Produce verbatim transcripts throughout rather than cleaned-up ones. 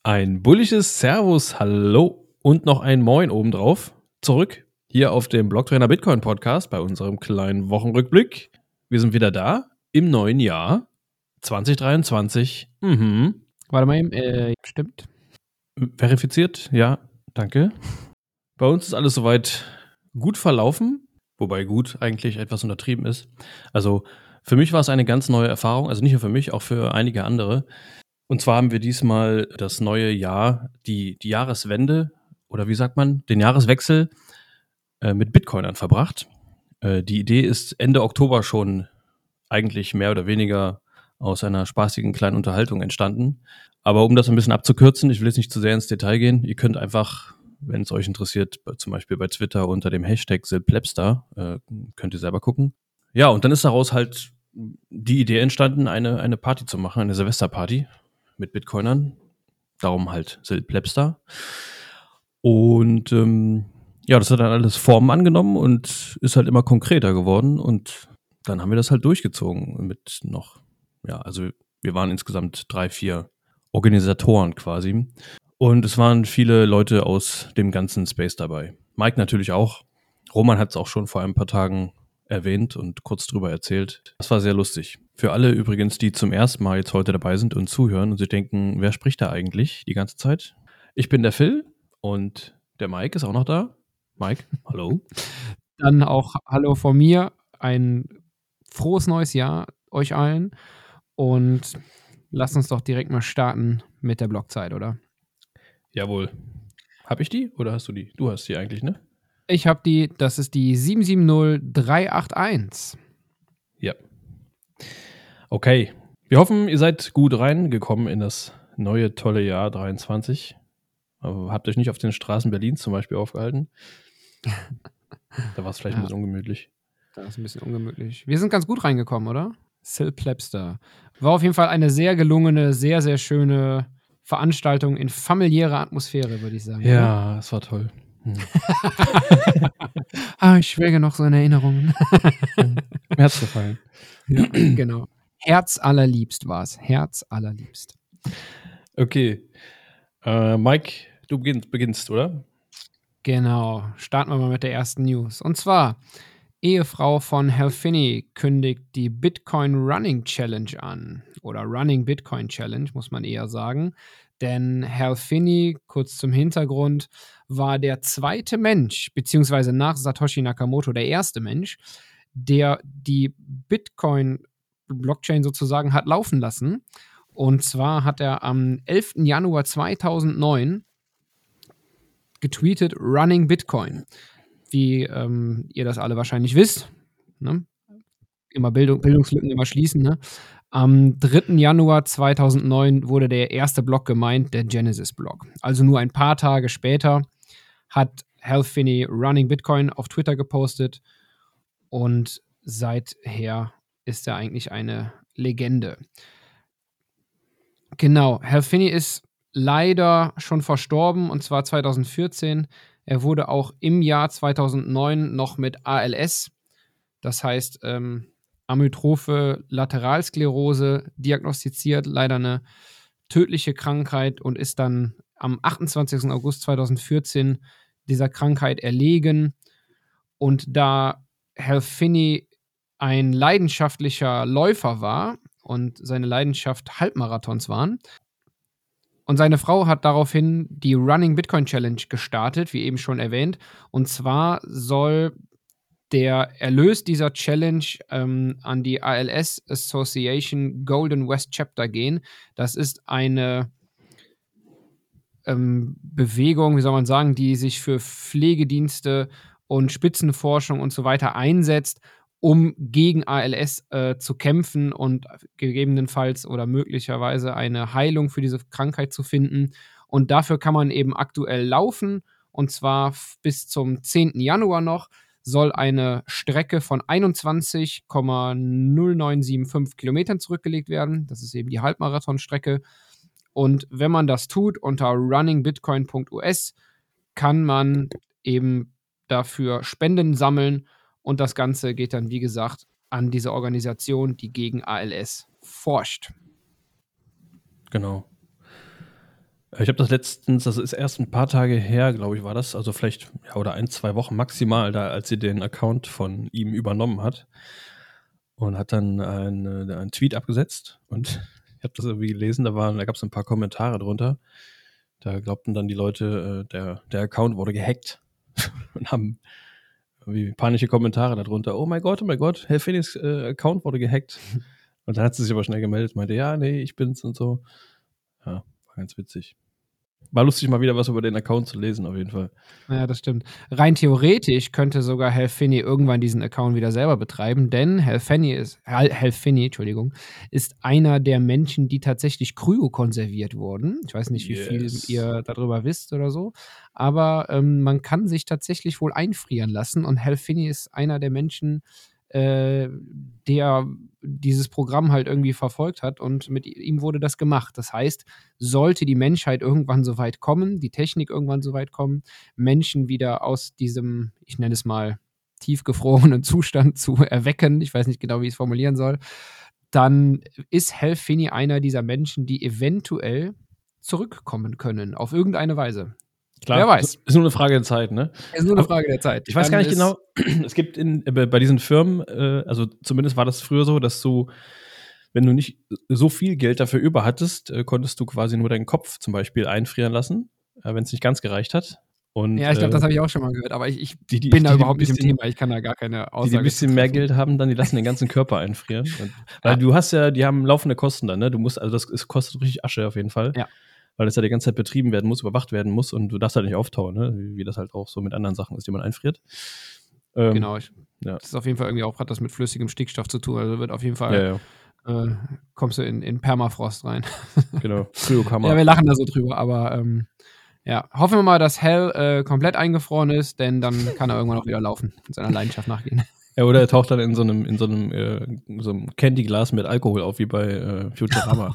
Ein bullisches Servus, Hallo und noch ein Moin obendrauf. Zurück hier auf dem Blocktrainer Bitcoin Podcast bei unserem kleinen Wochenrückblick. Wir sind wieder da im neuen Jahr zwanzig dreiundzwanzig. Mhm. Warte mal eben, äh, stimmt. Verifiziert, ja, danke. Bei uns ist alles soweit gut verlaufen, wobei gut eigentlich etwas untertrieben ist. Also für mich war es eine ganz neue Erfahrung, also nicht nur für mich, auch für einige andere. Und zwar haben wir diesmal das neue Jahr, die, die Jahreswende oder wie sagt man, den Jahreswechsel äh, mit Bitcoinern verbracht. Äh, die Idee ist Ende Oktober schon eigentlich mehr oder weniger aus einer spaßigen kleinen Unterhaltung entstanden. Aber um das ein bisschen abzukürzen, ich will jetzt nicht zu sehr ins Detail gehen, ihr könnt einfach, wenn es euch interessiert, zum Beispiel bei Twitter unter dem Hashtag SilPlebster, äh, könnt ihr selber gucken. Ja, und dann ist daraus halt die Idee entstanden, eine, eine Party zu machen, eine Silvesterparty mit Bitcoinern. Darum halt SilPlebster. Und ähm, ja, das hat dann alles Formen angenommen und ist halt immer konkreter geworden. Und dann haben wir das halt durchgezogen mit noch, ja, also wir waren insgesamt drei, vier Organisatoren quasi. Und es waren viele Leute aus dem ganzen Space dabei. Mike natürlich auch. Roman hat es auch schon vor ein paar Tagen erwähnt und kurz drüber erzählt. Das war sehr lustig. Für alle übrigens, die zum ersten Mal jetzt heute dabei sind und zuhören und sich denken, wer spricht da eigentlich die ganze Zeit? Ich bin der Phil und der Mike ist auch noch da. Mike, hallo. Dann auch Hallo von mir, ein frohes neues Jahr euch allen und lasst uns doch direkt mal starten mit der Blockzeit, oder? Jawohl. Hab ich die oder hast du die? Du hast die eigentlich, ne? Ich habe die, das ist die sieben sieben null drei acht eins. Ja. Okay. Wir hoffen, ihr seid gut reingekommen in das neue, tolle Jahr dreiundzwanzig. Aber habt euch nicht auf den Straßen Berlins zum Beispiel aufgehalten? Da war es vielleicht Ja. ein bisschen ungemütlich. Das ist ein bisschen ungemütlich. Wir sind ganz gut reingekommen, oder? SilPlebster. War auf jeden Fall eine sehr gelungene, sehr, sehr schöne Veranstaltung in familiärer Atmosphäre, würde ich sagen. Ja, es war toll. Hm. ah, ich schwelge noch so in Erinnerungen. Mir hat's gefallen. Ja, genau. Herz allerliebst war es. Herz allerliebst. Okay. Äh, Mike, du beginnst, beginnst, oder? Genau. Starten wir mal mit der ersten News. Und zwar, Ehefrau von Hal Finney kündigt die Bitcoin Running Challenge an. Oder Running Bitcoin Challenge, muss man eher sagen. Denn Hal Finney, kurz zum Hintergrund, war der zweite Mensch, beziehungsweise nach Satoshi Nakamoto der erste Mensch, der die Bitcoin-Blockchain sozusagen hat laufen lassen. Und zwar hat er am elften Januar zweitausendneun getweetet, Running Bitcoin. Wie ähm, ihr das alle wahrscheinlich wisst. Ne? Immer Bildung, Bildungslücken immer schließen. Ne? Am dritten Januar zweitausendneun wurde der erste Block gemeint, der Genesis-Block. Also nur ein paar Tage später hat Hal Finney Running Bitcoin auf Twitter gepostet und seither ist er eigentlich eine Legende. Genau, Hal Finney ist leider schon verstorben, und zwar zweitausendvierzehn. Er wurde auch im Jahr zweitausendneun noch mit A L S, das heißt ähm, Amyotrophe Lateralsklerose, diagnostiziert, leider eine tödliche Krankheit, und ist dann am achtundzwanzigsten August zweitausendvierzehn dieser Krankheit erlegen. Und da Hal Finney ein leidenschaftlicher Läufer war und seine Leidenschaft Halbmarathons waren, und seine Frau hat daraufhin die Running Bitcoin Challenge gestartet, wie eben schon erwähnt. Und zwar soll der Erlös dieser Challenge ähm, an die A L S Association Golden West Chapter gehen. Das ist eine ähm, Bewegung, wie soll man sagen, die sich für Pflegedienste und Spitzenforschung und so weiter einsetzt, um gegen A L S äh, zu kämpfen und gegebenenfalls oder möglicherweise eine Heilung für diese Krankheit zu finden. Und dafür kann man eben aktuell laufen, und zwar f- bis zum zehnten Januar noch soll eine Strecke von einundzwanzig Komma null neun sieben fünf Kilometern zurückgelegt werden. Das ist eben die Halbmarathonstrecke. Und wenn man das tut unter running bitcoin punkt u s, kann man eben dafür Spenden sammeln, und das Ganze geht dann, wie gesagt, an diese Organisation, die gegen A L S forscht. Genau. Ich habe das letztens, das ist erst ein paar Tage her, glaube ich, war das, also vielleicht, ja, oder ein, zwei Wochen maximal, da, als sie den Account von ihm übernommen hat und hat dann einen, einen Tweet abgesetzt und ich habe das irgendwie gelesen, da waren, da gab es ein paar Kommentare drunter. Da glaubten dann die Leute, äh, der, der Account wurde gehackt und haben irgendwie panische Kommentare darunter. Oh mein Gott, oh mein Gott, Herr Phoenix äh, Account wurde gehackt. Und dann hat sie sich aber schnell gemeldet, meinte, ja, nee, ich bin's und so. Ja, war ganz witzig. War lustig, mal wieder was über den Account zu lesen, auf jeden Fall. Ja, das stimmt. Rein theoretisch könnte sogar Hal Finney irgendwann diesen Account wieder selber betreiben, denn Hal Finney ist, Hal, Hal Finney, Entschuldigung, ist einer der Menschen, die tatsächlich kryokonserviert wurden. Ich weiß nicht, wie Yes. viel ihr darüber wisst oder so, aber ähm, man kann sich tatsächlich wohl einfrieren lassen und Hal Finney ist einer der Menschen, äh, der dieses Programm halt irgendwie verfolgt hat und mit ihm wurde das gemacht. Das heißt, sollte die Menschheit irgendwann so weit kommen, die Technik irgendwann so weit kommen, Menschen wieder aus diesem, ich nenne es mal, tiefgefrorenen Zustand zu erwecken, ich weiß nicht genau, wie ich es formulieren soll, dann ist Hal Finney einer dieser Menschen, die eventuell zurückkommen können, auf irgendeine Weise. Klar, Wer weiß. Ist nur eine Frage der Zeit, ne? Es ist nur eine Aber Frage der Zeit. Ich weiß Dann gar nicht ist- genau, es gibt in, äh, bei diesen Firmen, äh, also zumindest war das früher so, dass du, wenn du nicht so viel Geld dafür über hattest, äh, konntest du quasi nur deinen Kopf zum Beispiel einfrieren lassen, äh, wenn es nicht ganz gereicht hat. Und, Ja, ich glaube, äh, das habe ich auch schon mal gehört, aber ich, ich die, die, bin da die, die überhaupt ein nicht im bisschen- Thema. Ich kann da gar keine die, Aussage die ein bisschen zu mehr treffen. Geld haben, dann die lassen den ganzen Körper einfrieren. Und, weil Ja. du hast ja, die haben laufende Kosten dann, ne? Du musst, also das es kostet richtig Asche auf jeden Fall. Ja. Weil das ja die ganze Zeit betrieben werden muss, überwacht werden muss und du darfst halt nicht auftauen, ne? Wie, wie das halt auch so mit anderen Sachen ist, die man einfriert. Ähm, Genau. Ich, ja. Das ist auf jeden Fall irgendwie auch, hat das mit flüssigem Stickstoff zu tun. Also wird auf jeden Ja, Fall, ja, äh, kommst du in, in Permafrost rein. genau. Kryokammer. Ja, wir lachen da so drüber, aber ähm, ja, hoffen wir mal, dass Hal äh, komplett eingefroren ist, denn dann kann er irgendwann auch wieder laufen und seiner Leidenschaft nachgehen. Ja, oder er taucht dann in so einem, in so einem, äh, in so einem Candy-Glas mit Alkohol auf, wie bei äh, Futurama.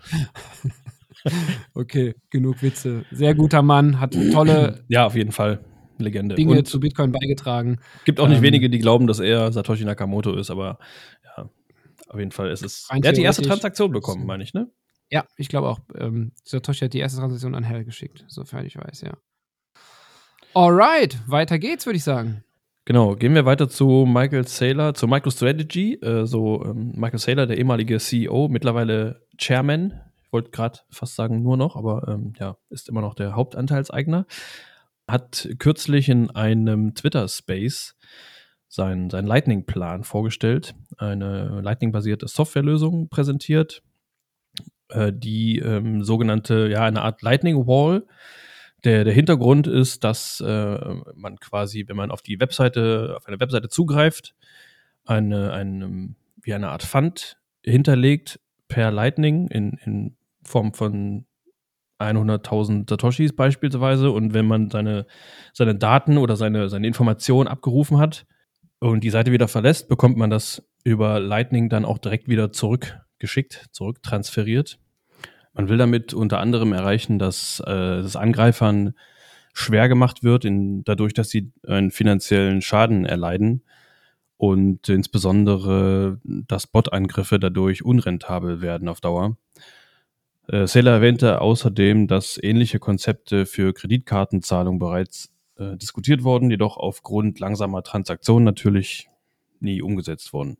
Okay, genug Witze. Sehr guter Mann, hat tolle Ja, auf jeden Fall. Legende. Dinge Und zu Bitcoin beigetragen. gibt auch nicht ähm, wenige, die glauben, dass er Satoshi Nakamoto ist, aber ja, auf jeden Fall ist es. Rein Er hat die erste theoretisch- Transaktion bekommen, meine ich, ne? Ja, ich glaube auch. Ähm, Satoshi hat die erste Transaktion an Hal geschickt, sofern ich weiß, ja. Alright, weiter geht's, würde ich sagen. Genau, gehen wir weiter zu Michael Saylor, zu MicroStrategy. Äh, so ähm, Michael Saylor, der ehemalige C E O, mittlerweile Chairman. Ich wollte gerade fast sagen nur noch, aber ähm, ja, ist immer noch der Hauptanteilseigner. Hat kürzlich in einem Twitter-Space seinen sein Lightning-Plan vorgestellt, eine Lightning-basierte Softwarelösung präsentiert, äh, die ähm, sogenannte, ja, eine Art Lightning Wall. Der, der Hintergrund ist, dass äh, man quasi, wenn man auf die Webseite, auf eine Webseite zugreift, eine, eine, wie eine Art Pfand hinterlegt per Lightning in, in Form von hunderttausend Satoshis beispielsweise. Und wenn man seine, seine Daten oder seine, seine Informationen abgerufen hat und die Seite wieder verlässt, bekommt man das über Lightning dann auch direkt wieder zurückgeschickt, zurücktransferiert. Man will damit unter anderem erreichen, dass äh, es Angreifern schwer gemacht wird, in, dadurch, dass sie einen finanziellen Schaden erleiden und insbesondere, dass Bot-Angriffe dadurch unrentabel werden auf Dauer. Äh, Saylor erwähnte außerdem, dass ähnliche Konzepte für Kreditkartenzahlung bereits äh, diskutiert wurden, jedoch aufgrund langsamer Transaktionen natürlich nie umgesetzt wurden.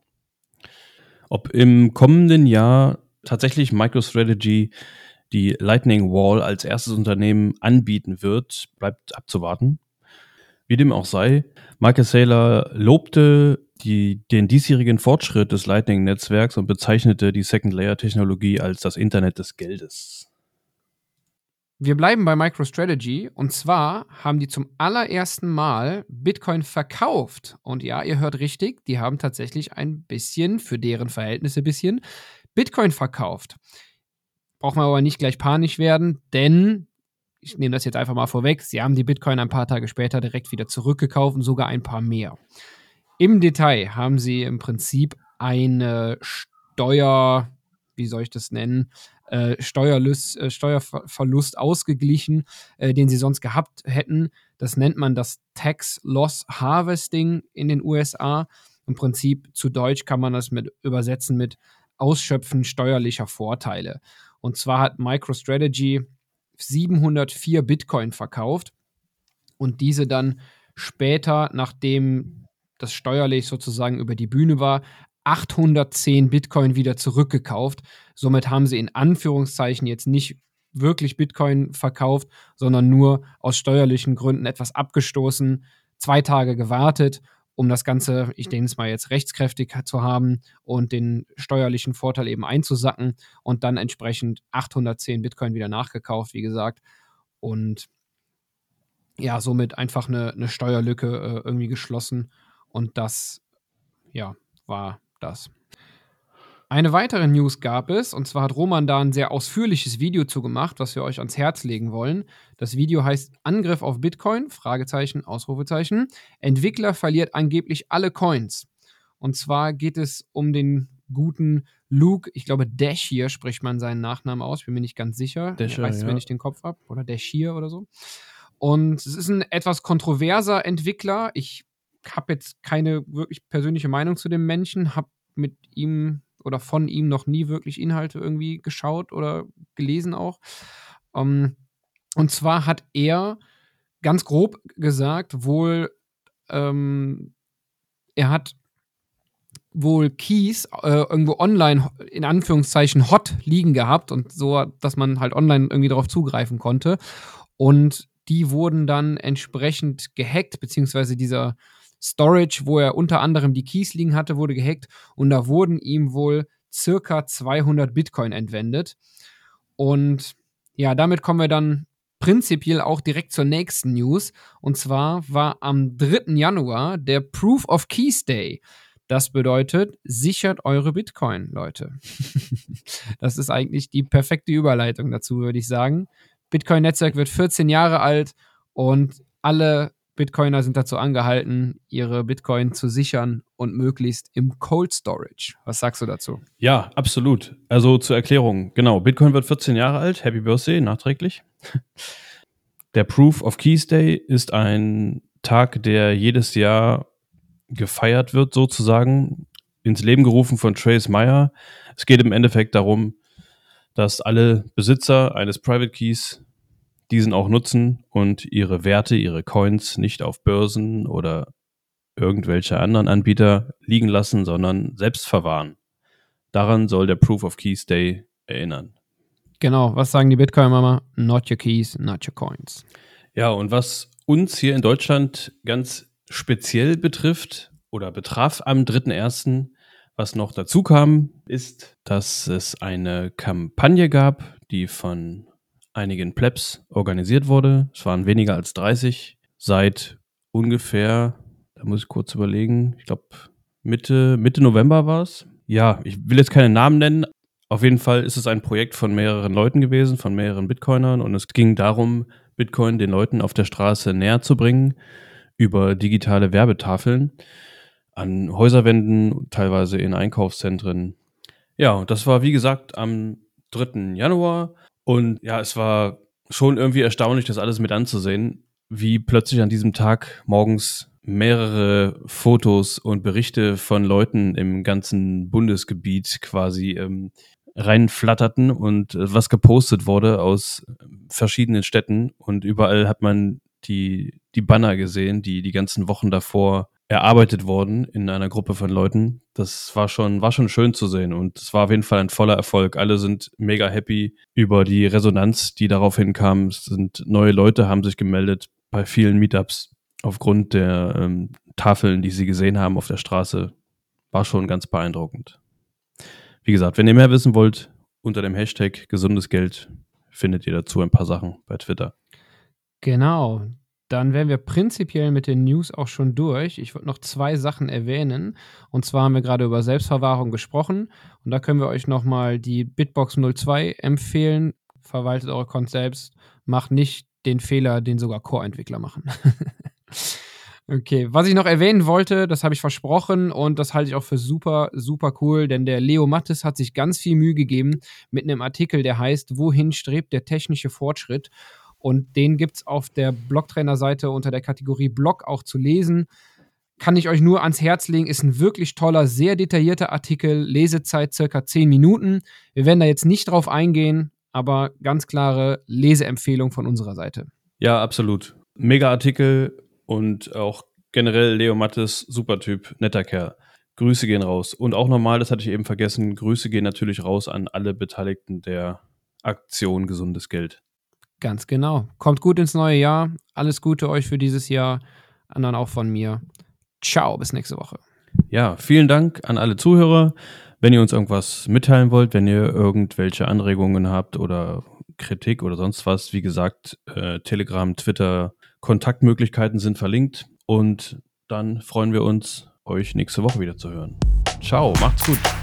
Ob im kommenden Jahr tatsächlich MicroStrategy die Lightning Wall als erstes Unternehmen anbieten wird, bleibt abzuwarten. Wie dem auch sei, Michael Saylor lobte die, den diesjährigen Fortschritt des Lightning-Netzwerks und bezeichnete die Second-Layer-Technologie als das Internet des Geldes. Wir bleiben bei MicroStrategy und zwar haben die zum allerersten Mal Bitcoin verkauft. Und ja, ihr hört richtig, die haben tatsächlich ein bisschen, für deren Verhältnisse ein bisschen, Bitcoin verkauft. Braucht man aber nicht gleich panisch werden, denn, ich nehme das jetzt einfach mal vorweg, sie haben die Bitcoin ein paar Tage später direkt wieder zurückgekauft und sogar ein paar mehr. Im Detail haben sie im Prinzip eine Steuer, wie soll ich das nennen, äh, Steuerlust, äh, Steuerverlust ausgeglichen, äh, den sie sonst gehabt hätten. Das nennt man das Tax Loss Harvesting in den U S A. Im Prinzip zu Deutsch kann man das mit übersetzen mit Ausschöpfen steuerlicher Vorteile. Und zwar hat MicroStrategy siebenhundertvier Bitcoin verkauft und diese dann später, nachdem das steuerlich sozusagen über die Bühne war, achthundertzehn Bitcoin wieder zurückgekauft. Somit haben sie in Anführungszeichen jetzt nicht wirklich Bitcoin verkauft, sondern nur aus steuerlichen Gründen etwas abgestoßen, zwei Tage gewartet, um das Ganze, ich denke es mal jetzt rechtskräftig zu haben und den steuerlichen Vorteil eben einzusacken und dann entsprechend achthundertzehn Bitcoin wieder nachgekauft, wie gesagt. Und ja, somit einfach eine, eine Steuerlücke äh, irgendwie geschlossen. Und das, ja, war das. Eine weitere News gab es, und zwar hat Roman da ein sehr ausführliches Video zu gemacht, was wir euch ans Herz legen wollen. Das Video heißt Angriff auf Bitcoin, Fragezeichen, Ausrufezeichen. Entwickler verliert angeblich alle Coins. Und zwar geht es um den guten Luke, ich glaube Dashier spricht man seinen Nachnamen aus, ich bin mir nicht ganz sicher. Dashier, Reißt ja. mir nicht den Kopf ab. Oder Dashier oder so. Und es ist ein etwas kontroverser Entwickler. Ich habe jetzt keine wirklich persönliche Meinung zu dem Menschen, habe mit ihm oder von ihm noch nie wirklich Inhalte irgendwie geschaut oder gelesen auch. Um, und zwar hat er ganz grob gesagt, wohl, ähm, er hat wohl Keys äh, irgendwo online in Anführungszeichen hot liegen gehabt und so, dass man halt online irgendwie darauf zugreifen konnte. Und die wurden dann entsprechend gehackt, beziehungsweise dieser Storage, wo er unter anderem die Keys liegen hatte, wurde gehackt und da wurden ihm wohl circa zweihundert Bitcoin entwendet. Und ja, damit kommen wir dann prinzipiell auch direkt zur nächsten News. Und zwar war am dritten Januar der Proof of Keys Day. Das bedeutet, sichert eure Bitcoin, Leute. Das ist eigentlich die perfekte Überleitung dazu, würde ich sagen. Bitcoin-Netzwerk wird vierzehn Jahre alt und alle Bitcoiner sind dazu angehalten, ihre Bitcoin zu sichern und möglichst im Cold Storage. Was sagst du dazu? Ja, absolut. Also zur Erklärung, genau, Bitcoin wird vierzehn Jahre alt, Happy Birthday, nachträglich. Der Proof of Keys Day ist ein Tag, der jedes Jahr gefeiert wird, sozusagen, ins Leben gerufen von Trace Meyer. Es geht im Endeffekt darum, dass alle Besitzer eines Private Keys diesen auch nutzen und ihre Werte, ihre Coins nicht auf Börsen oder irgendwelche anderen Anbieter liegen lassen, sondern selbst verwahren. Daran soll der Proof of Keys Day erinnern. Genau, was sagen die Bitcoin-Mama? Not your keys, not your coins. Ja, und was uns hier in Deutschland ganz speziell betrifft oder betraf am dritten ersten, was noch dazu kam, ist, dass es eine Kampagne gab, die von einigen Plebs organisiert wurde. Es waren weniger als dreißig. Seit ungefähr, da muss ich kurz überlegen, ich glaube Mitte, Mitte November war es. Ja, ich will jetzt keine Namen nennen. Auf jeden Fall ist es ein Projekt von mehreren Leuten gewesen, von mehreren Bitcoinern. Und es ging darum, Bitcoin den Leuten auf der Straße näher zu bringen über digitale Werbetafeln an Häuserwänden, teilweise in Einkaufszentren. Ja, und das war wie gesagt am dritten Januar. Und ja, es war schon irgendwie erstaunlich, das alles mit anzusehen, wie plötzlich an diesem Tag morgens mehrere Fotos und Berichte von Leuten im ganzen Bundesgebiet quasi ähm, reinflatterten und äh, was gepostet wurde aus verschiedenen Städten. Und überall hat man die, die Banner gesehen, die die ganzen Wochen davor erarbeitet wurden in einer Gruppe von Leuten. Das war schon, war schon schön zu sehen und es war auf jeden Fall ein voller Erfolg. Alle sind mega happy über die Resonanz, die daraufhin kam. Es sind neue Leute, haben sich gemeldet bei vielen Meetups aufgrund der ähm, Tafeln, die sie gesehen haben auf der Straße. War schon ganz beeindruckend. Wie gesagt, wenn ihr mehr wissen wollt, unter dem Hashtag gesundes Geld findet ihr dazu ein paar Sachen bei Twitter. Genau. Dann wären wir prinzipiell mit den News auch schon durch. Ich würde noch zwei Sachen erwähnen. Und zwar haben wir gerade über Selbstverwahrung gesprochen. Und da können wir euch nochmal die Bitbox null zwei empfehlen. Verwaltet eure Konten selbst. Macht nicht den Fehler, den sogar Core-Entwickler machen. Okay, was ich noch erwähnen wollte, das habe ich versprochen und das halte ich auch für super, super cool, denn der Leo Mattes hat sich ganz viel Mühe gegeben mit einem Artikel, der heißt, wohin strebt der technische Fortschritt? Und den gibt es auf der Blogtrainer-Seite unter der Kategorie Blog auch zu lesen. Kann ich euch nur ans Herz legen, ist ein wirklich toller, sehr detaillierter Artikel, Lesezeit circa zehn Minuten. Wir werden da jetzt nicht drauf eingehen, aber ganz klare Leseempfehlung von unserer Seite. Ja, absolut. Mega Artikel und auch generell Leo Mattes, super Typ, netter Kerl. Grüße gehen raus. Und auch nochmal, das hatte ich eben vergessen, Grüße gehen natürlich raus an alle Beteiligten der Aktion Gesundes Geld. Ganz genau. Kommt gut ins neue Jahr. Alles Gute euch für dieses Jahr. Anderen auch von mir. Ciao, bis nächste Woche. Ja, vielen Dank an alle Zuhörer. Wenn ihr uns irgendwas mitteilen wollt, wenn ihr irgendwelche Anregungen habt oder Kritik oder sonst was, wie gesagt, äh, Telegram, Twitter, Kontaktmöglichkeiten sind verlinkt. Und dann freuen wir uns, euch nächste Woche wieder zu hören. Ciao, macht's gut.